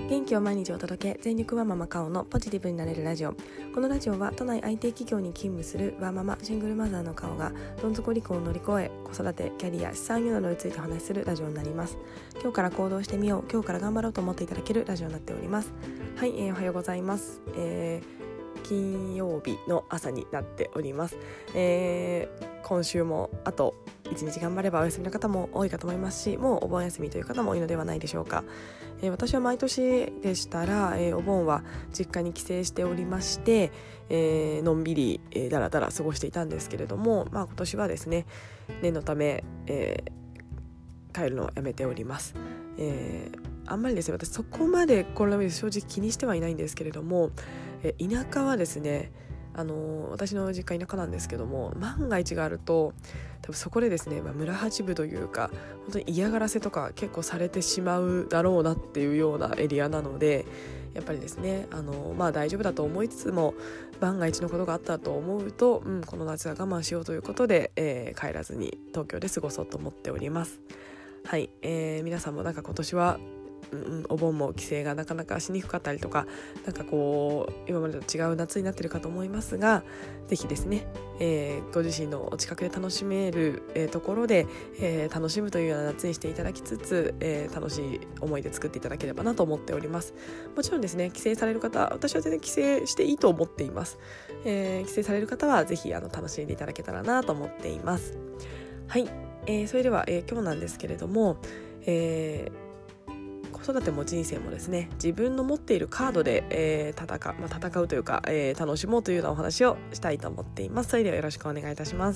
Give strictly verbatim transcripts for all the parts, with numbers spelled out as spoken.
元気を毎日お届け、全力ワーママカオのポジティブになれるラジオ。このラジオは都内 アイティー 企業に勤務するワーママシングルマザーのカオがどん底離婚を乗り越え、子育て、キャリア、資産運用などについてお話しするラジオになります。今日から行動してみよう、今日から頑張ろうと思っていただけるラジオになっております。はい、えー、おはようございます、えー、金曜日の朝になっております。えー、今週もあと一日頑張ればお休みの方も多いかと思いますし、もうお盆休みという方も多いのではないでしょうか。えー、私は毎年でしたら、えー、お盆は実家に帰省しておりまして、えー、のんびり、えー、だらだら過ごしていたんですけれども、まあ、今年はですね、念のため、えー、帰るのをやめております。えー、あんまりですね、私そこまでコロナウイルス正直気にしてはいないんですけれども、えー、田舎はですね、あのー、私の実家田舎なんですけども、万が一があると多分そこでですね、まあ、村八分というか本当に嫌がらせとか結構されてしまうだろうなっていうようなエリアなので、やっぱりですね、あのー、まあ大丈夫だと思いつつも万が一のことがあったと思うと、うん、この夏は我慢しようということで、えー、帰らずに東京で過ごそうと思っております。はい、えー、皆さんもなんか今年はうん、お盆も帰省がなかなかしにくかったりとか、なんかこう今までと違う夏になっているかと思いますが、ぜひですね、えー、ご自身のお近くで楽しめる、えー、ところで、えー、楽しむというような夏にしていただきつつ、えー、楽しい思い出作っていただければなと思っております。もちろんですね、帰省される方、私は全然帰省していいと思っています。えー、帰省される方はぜひあの楽しんでいただけたらなと思っています。はい、えー、それでは、えー、今日なんですけれども、えー子育ても人生もですね、自分の持っているカードで、えー、戦う、まあ、戦うというか、えー、楽しもうというようなお話をしたいと思っています。それではよろしくお願いいたします。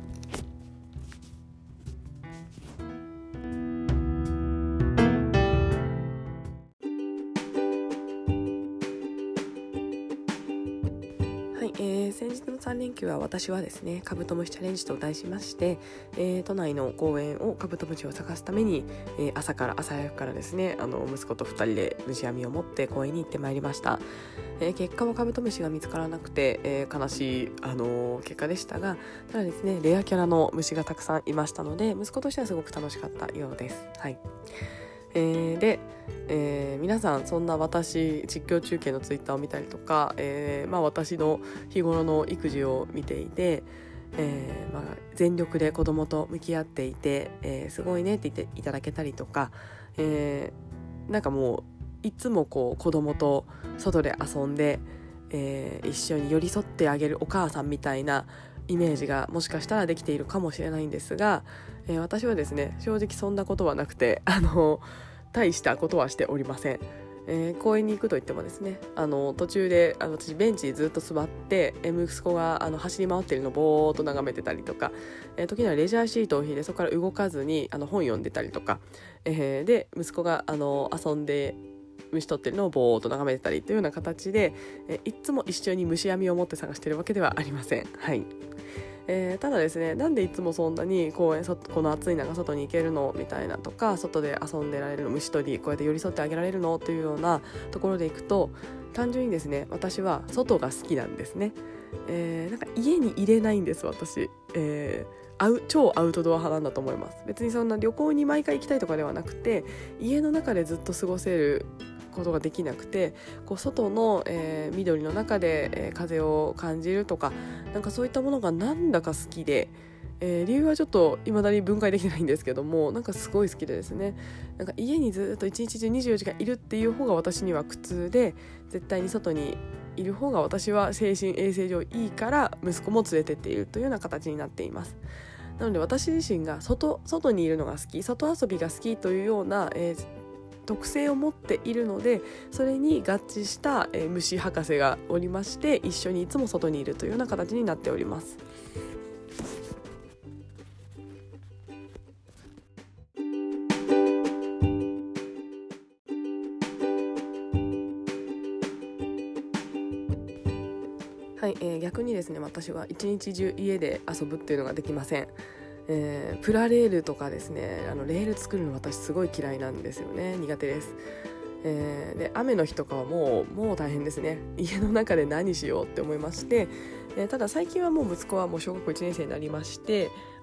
はい、えー、先日のさん連休は私はですね、カブトムシチャレンジと題しまして、えー、都内の公園をカブトムシを探すために、えー、朝から朝早くからですね、あの息子とふたりで虫網を持って公園に行ってまいりました。えー、結果はカブトムシが見つからなくて、えー、悲しい、あのー、結果でしたが、ただですね、レアキャラの虫がたくさんいましたので、息子としてはすごく楽しかったようです。はい。えー、で、えー、皆さんそんな私実況中継のツイッターを見たりとか、えーまあ、私の日頃の育児を見ていて、えーまあ、全力で子供と向き合っていて、えー、すごいねって言っていただけたりとか、えー、なんかもういつもこう子供と外で遊んで、えー、一緒に寄り添ってあげるお母さんみたいなイメージがもしかしたらできているかもしれないんですが、えー、私はですね、正直そんなことはなくて、あの大したことはしておりません。えー、公園に行くといってもですね、あの途中であの私ベンチにずっと座って、えー、息子があの走り回ってるのをぼーっと眺めてたりとか、えー、時にはレジャーシートを引いてそこから動かずにあの本読んでたりとか、えー、で息子があの遊んで虫取ってるのをぼーっと眺めてたりというような形で、えー、いつも一緒に虫網を持って探してるわけではありません。はい。えー、ただですね、なんでいつもそんなに公園そこの暑い中外に行けるのみたいなとか、外で遊んでられるの、虫取りこうやって寄り添ってあげられるのというようなところで行くと、単純にですね、私は外が好きなんですね。えー、なんか家に入れないんです私。えーアウ超アウトドア派なんだと思います。別にそんな旅行に毎回行きたいとかではなくて、家の中でずっと過ごせることができなくて、こう外の、えー、緑の中で、えー、風を感じるとか、なんかそういったものがなんだか好きで、えー、理由はちょっと未だに分解できてないんですけども、なんかすごい好きでですね、なんか家にずっと一日中にじゅうよじかんいるっていう方が私には苦痛で、絶対に外にいる方が私は精神衛生上いいから息子も連れてっているというような形になっています。なので私自身が 外, 外にいるのが好き、外遊びが好きというような、えー、特性を持っているので、それに合致した、えー、虫博士がおりまして、一緒にいつも外にいるというような形になっております。はい、えー、逆にですね、私は一日中家で遊ぶっていうのができません。えー、プラレールとかですね、あのレール作るの私すごい嫌いなんですよね。苦手です。えー、で雨の日とかはもうもう大変ですね。家の中で何しようって思いまして、えー、ただ最近はもう息子はもう小学校いちねん生になりまして、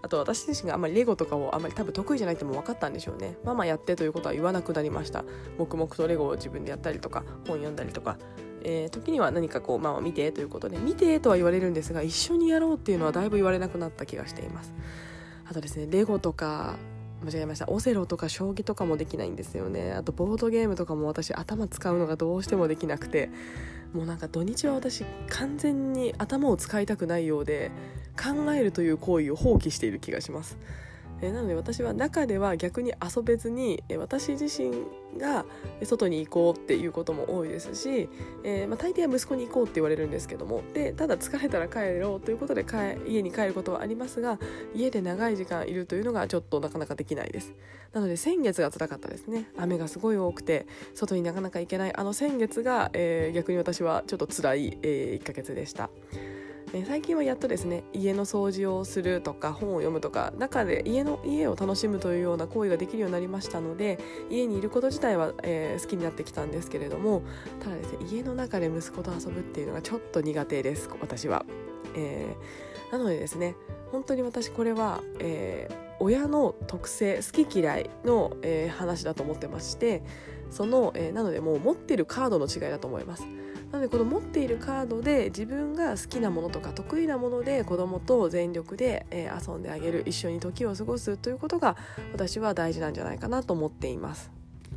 あと私自身があんまりレゴとかをあんまり多分得意じゃないっても分かったんでしょうね。ママやってということは言わなくなりました。黙々とレゴを自分でやったりとか本読んだりとか、えー、時には何かこうママ見てということで見てとは言われるんですが、一緒にやろうっていうのはだいぶ言われなくなった気がしています。あとですね、レゴとか間違えましたオセロとか将棋とかもできないんですよね。あとボードゲームとかも私頭使うのがどうしてもできなくて、もうなんか土日は私完全に頭を使いたくないようで考えるという行為を放棄している気がします。えー、なので私は中では逆に遊べずに、えー、私自身が外に行こうっていうことも多いですし、えーまあ、大抵は息子に行こうって言われるんですけども、でただ疲れたら帰ろうということで帰家に帰ることはありますが、家で長い時間いるというのがちょっとなかなかできないです。なので先月が辛かったですね。雨がすごい多くて外になかなか行けないあの先月が、えー、逆に私はちょっと辛い、えー、いっかげつでした。最近はやっとですね、家の掃除をするとか本を読むとか中で家の家を楽しむというような行為ができるようになりましたので、家にいること自体は、えー、好きになってきたんですけれども、ただですね、家の中で息子と遊ぶっていうのがちょっと苦手です、私は。えー、なのでですね、本当に私これは、えー、親の特性好き嫌いの、えー、話だと思ってまして、その、えー、なのでもう持ってるカードの違いだと思います。なのでこの持っているカードで自分が好きなものとか得意なもので子供と全力で、えー、遊んであげる、一緒に時を過ごすということが私は大事なんじゃないかなと思っています。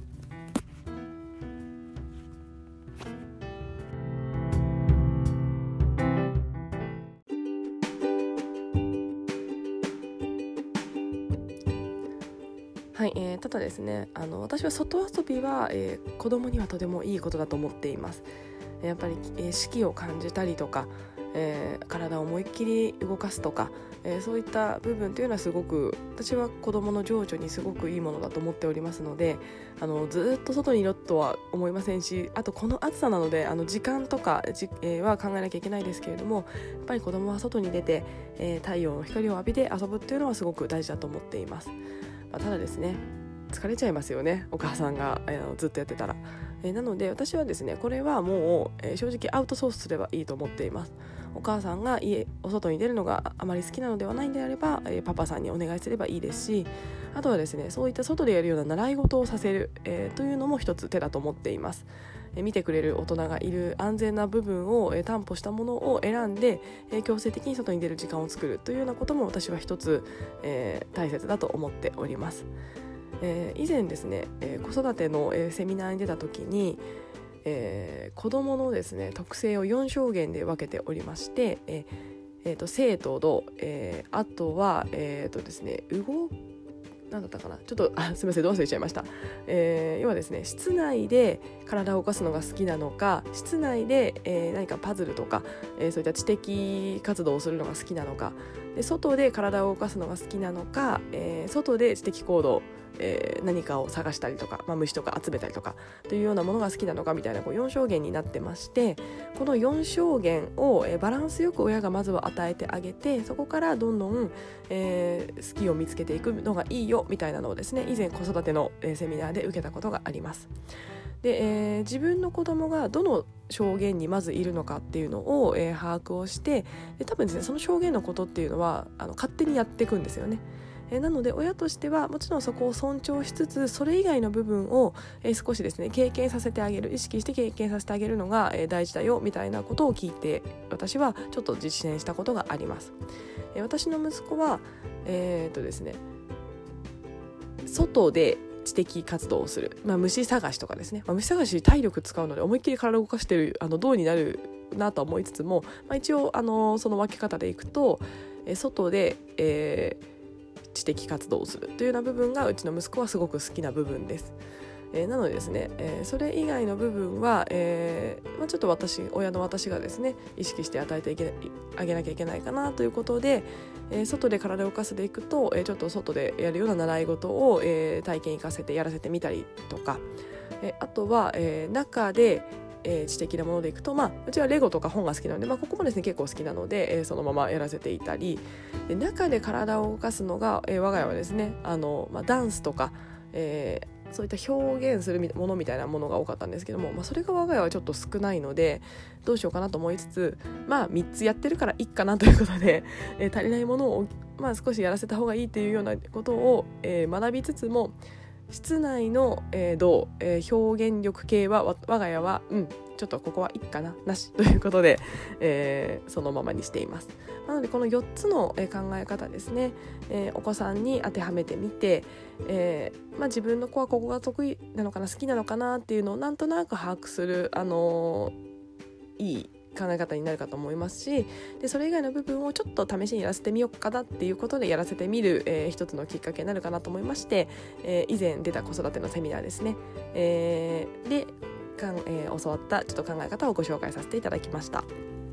はい、えー、ただですね、あの私は外遊びは、えー、子供にはとてもいいことだと思っています。やっぱり、えー、四季を感じたりとか、えー、体を思いっきり動かすとか、えー、そういった部分というのはすごく私は子供の情緒にすごくいいものだと思っておりますので、あのずっと外にいろとは思いませんし、あとこの暑さなのであの時間とかじ、えー、は考えなきゃいけないですけれども、やっぱり子供は外に出て、えー、太陽の光を浴びて遊ぶっていうのはすごく大事だと思っています。まあ、ただですね、疲れちゃいますよね、お母さんが、えー、ずっとやってたら。えー、なので私はですね、これはもう、えー、正直アウトソースすればいいと思っています。お母さんが家お外に出るのがあまり好きなのではないんであれば、えー、パパさんにお願いすればいいですし、あとはですね、そういった外でやるような習い事をさせる、えー、というのも一つ手だと思っています。えー、見てくれる大人がいる安全な部分を、えー、担保したものを選んで、えー、強制的に外に出る時間を作るというようなことも私は一つ、えー、大切だと思っております。えー、以前ですね、えー、子育ての、えー、セミナーに出た時に、えー、子どものですね特性をよん証言で分けておりまして、えーえー、と生と動、えー、あとは、えーとですね、動なんだったかな、ちょっとあすみませんど忘れちゃいました。えー、要はですね、室内で体を動かすのが好きなのか、室内で、えー、何かパズルとか、えー、そういった知的活動をするのが好きなのか、で外で体を動かすのが好きなのか、えー、外で知的行動、えー、何かを探したりとか、まあ、虫とか集めたりとかというようなものが好きなのかみたいなこうよん証言になってまして、このよん証言を、えー、バランスよく親がまずは与えてあげて、そこからどんどん、えー、好きを見つけていくのがいいよみたいなのをですね、以前子育ての、えー、セミナーで受けたことがあります。で、えー、自分の子供がどの証言にまずいるのかっていうのを、えー、把握をして、で多分ですね、その証言のことっていうのはあの勝手にやっていくんですよね。えー、なので親としてはもちろんそこを尊重しつつ、それ以外の部分を、えー、少しですね経験させてあげる、意識して経験させてあげるのが、えー、大事だよみたいなことを聞いて、私はちょっと実践したことがあります。えー、私の息子はえー、っとですね外で知的活動をする、まあ、虫探しとかですね、まあ、虫探し体力使うので思いっきり体を動かしてるあの銅になるなと思いつつも、まあ、一応あのその分け方でいくと、え外で、えー、知的活動をするというような部分がうちの息子はすごく好きな部分です。えー、なのでですね、えー、それ以外の部分は、えーまあ、ちょっと私親の私がですね意識して与えていけあげなきゃいけないかなということで、えー、外で体を動かすでいくと、えー、ちょっと外でやるような習い事を、えー、体験行かせてやらせてみたりとか、えー、あとは、えー、中でえー、知的なものでいくと、まあ、うちはレゴとか本が好きなので、まあ、ここもですね結構好きなので、えー、そのままやらせていたり、で中で体を動かすのが、えー、我が家はですねあの、まあ、ダンスとか、えーそういった表現するものみたいなものが多かったんですけども、まあ、それが我が家はちょっと少ないのでどうしようかなと思いつつ、まあみっつやってるからいいかなということで、えー、足りないものを、まあ、少しやらせた方がいいっていうようなことを、えー、学びつつも、室内の、えー、どう、えー、表現力系は我が家はうんちょっとここはいいかななしということで、えー、そのままにしています。なのでこのよっつの、えー、考え方ですね、えー、お子さんに当てはめてみて、えーまあ、自分の子はここが得意なのかな好きなのかなっていうのをなんとなく把握する、あのー、いい考え方になるかと思いますし、でそれ以外の部分をちょっと試しにやらせてみようかなっていうことでやらせてみる、えー、一つのきっかけになるかなと思いまして、えー、以前出た子育てのセミナーですね、えー、でかん、えー、教わったちょっと考え方をご紹介させていただきました。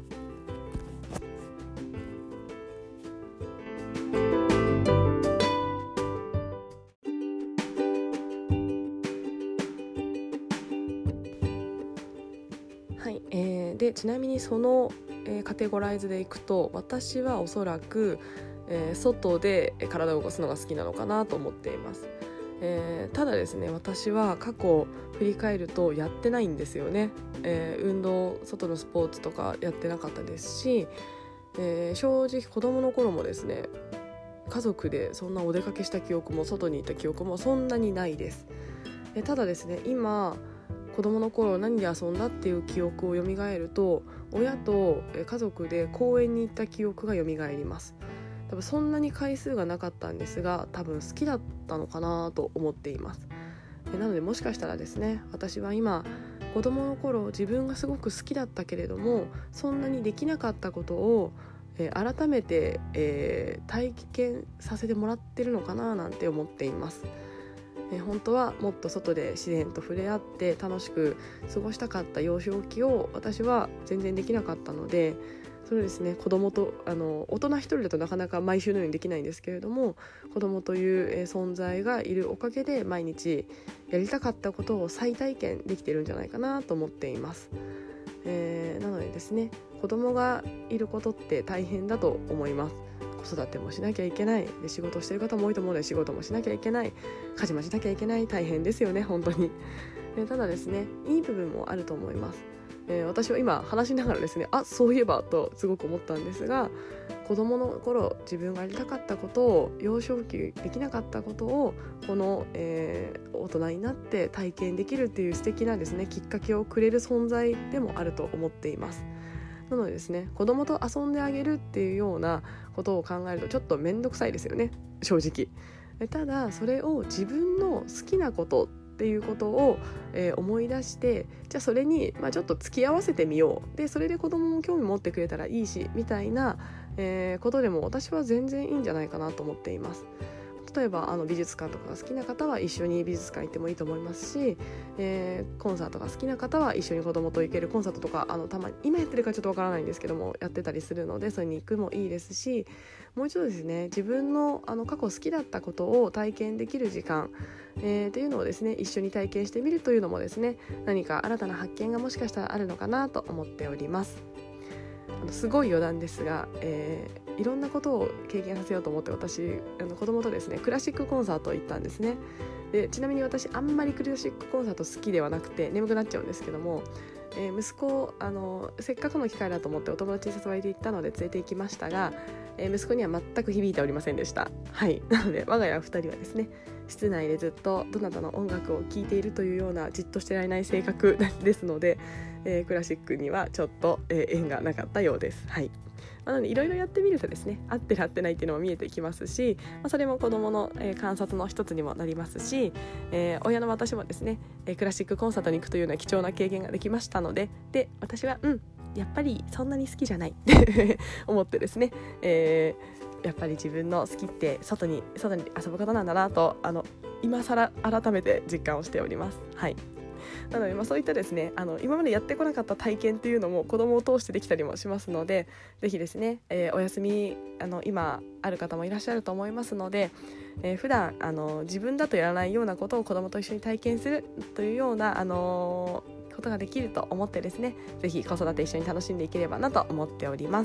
はい、えー、でちなみにその、えー、カテゴライズでいくと、私はおそらく、えー、外で体を動かすのが好きなのかなと思っています。えー、ただですね、私は過去振り返るとやってないんですよね。えー、運動、外のスポーツとかやってなかったですし、えー、正直子供の頃もですね、家族でそんなお出かけした記憶も外に行った記憶もそんなにないです。えー、ただですね、今子供の頃何で遊んだっていう記憶を蘇ると、親と家族で公園に行った記憶が蘇ります。多分そんなに回数がなかったんですが、多分好きだったのかなと思っています。なのでもしかしたらですね、私は今子供の頃自分がすごく好きだったけれどもそんなにできなかったことを、えー、改めて、えー、体験させてもらってるのかななんて思っています。えー、本当はもっと外で自然と触れ合って楽しく過ごしたかった幼少期を私は全然できなかったので、それですね、子供とあの大人一人だとなかなか毎週のようにできないんですけれども、子供という、えー、存在がいるおかげで毎日やりたかったことを再体験できてるんじゃないかなと思っています。えー、なのでですね、子供がいることって大変だと思います。子育てもしなきゃいけない、で仕事してる方も多いと思うので仕事もしなきゃいけない、家事もしなきゃいけない、大変ですよね本当に。えー、ただですね、いい部分もあると思います。えー、私は今話しながらですね、あ、そういえばとすごく思ったんですが、子供の頃自分がやりたかったことを、幼少期できなかったことをこの、えー、大人になって体験できるっていう素敵なですね、きっかけをくれる存在でもあると思っています。なのでですね、子供と遊んであげるっていうようなことを考えるとちょっと面倒くさいですよね、正直。ただそれを自分の好きなことっていうことを、えー、思い出して、じゃあそれに、まあ、ちょっと付き合わせてみよう、でそれで子供も興味持ってくれたらいいしみたいな、えー、ことでも私は全然いいんじゃないかなと思っています。例えばあの美術館とかが好きな方は一緒に美術館行ってもいいと思いますし、えー、コンサートが好きな方は一緒に子供と行けるコンサートとか、あのたまに今やってるかちょっとわからないんですけどもやってたりするので、それに行くもいいですし、もう一度ですね、自分のあの過去好きだったことを体験できる時間、えー、というのをですね一緒に体験してみるというのもですね、何か新たな発見がもしかしたらあるのかなと思っております。あのすごい余談ですが、えー、いろんなことを経験させようと思って、私あの子供とですねクラシックコンサート行ったんですね。でちなみに私あんまりクラシックコンサート好きではなくて眠くなっちゃうんですけども、えー、息子あのせっかくの機会だと思ってお友達に誘われて行ったので連れて行きましたが、えー、息子には全く響いておりませんでした。はい、なので我が家ふたりはですね、室内でずっとどなたの音楽を聴いているというようなじっとしてられない性格ですので、えー、クラシックにはちょっと、えー、縁がなかったようです。はい、なのでいろいろやってみるとですね、合ってる合ってないっていうのも見えてきますし、まあ、それも子どもの、えー、観察の一つにもなりますし、えー、親の私もですね、えー、クラシックコンサートに行くというような貴重な経験ができましたので、で私はうんやっぱりそんなに好きじゃないって思ってですね、えー、やっぱり自分の好きって外に外に遊ぶことなんだなと、あの今更改めて実感をしております。はい、なので、まあ、そういったですね、あの今までやってこなかった体験っていうのも子供を通してできたりもしますので、ぜひですね、えー、お休みあの今ある方もいらっしゃると思いますので、えー、普段あの自分だとやらないようなことを子供と一緒に体験するというような、あのーことができると思ってですね、ぜひ子育て一緒に楽しんでいければなと思っております。 、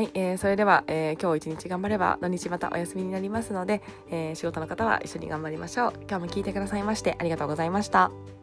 えー、それでは、えー、今日一日頑張れば土日またお休みになりますので、えー、仕事の方は一緒に頑張りましょう。今日も聞いてくださいましてありがとうございました。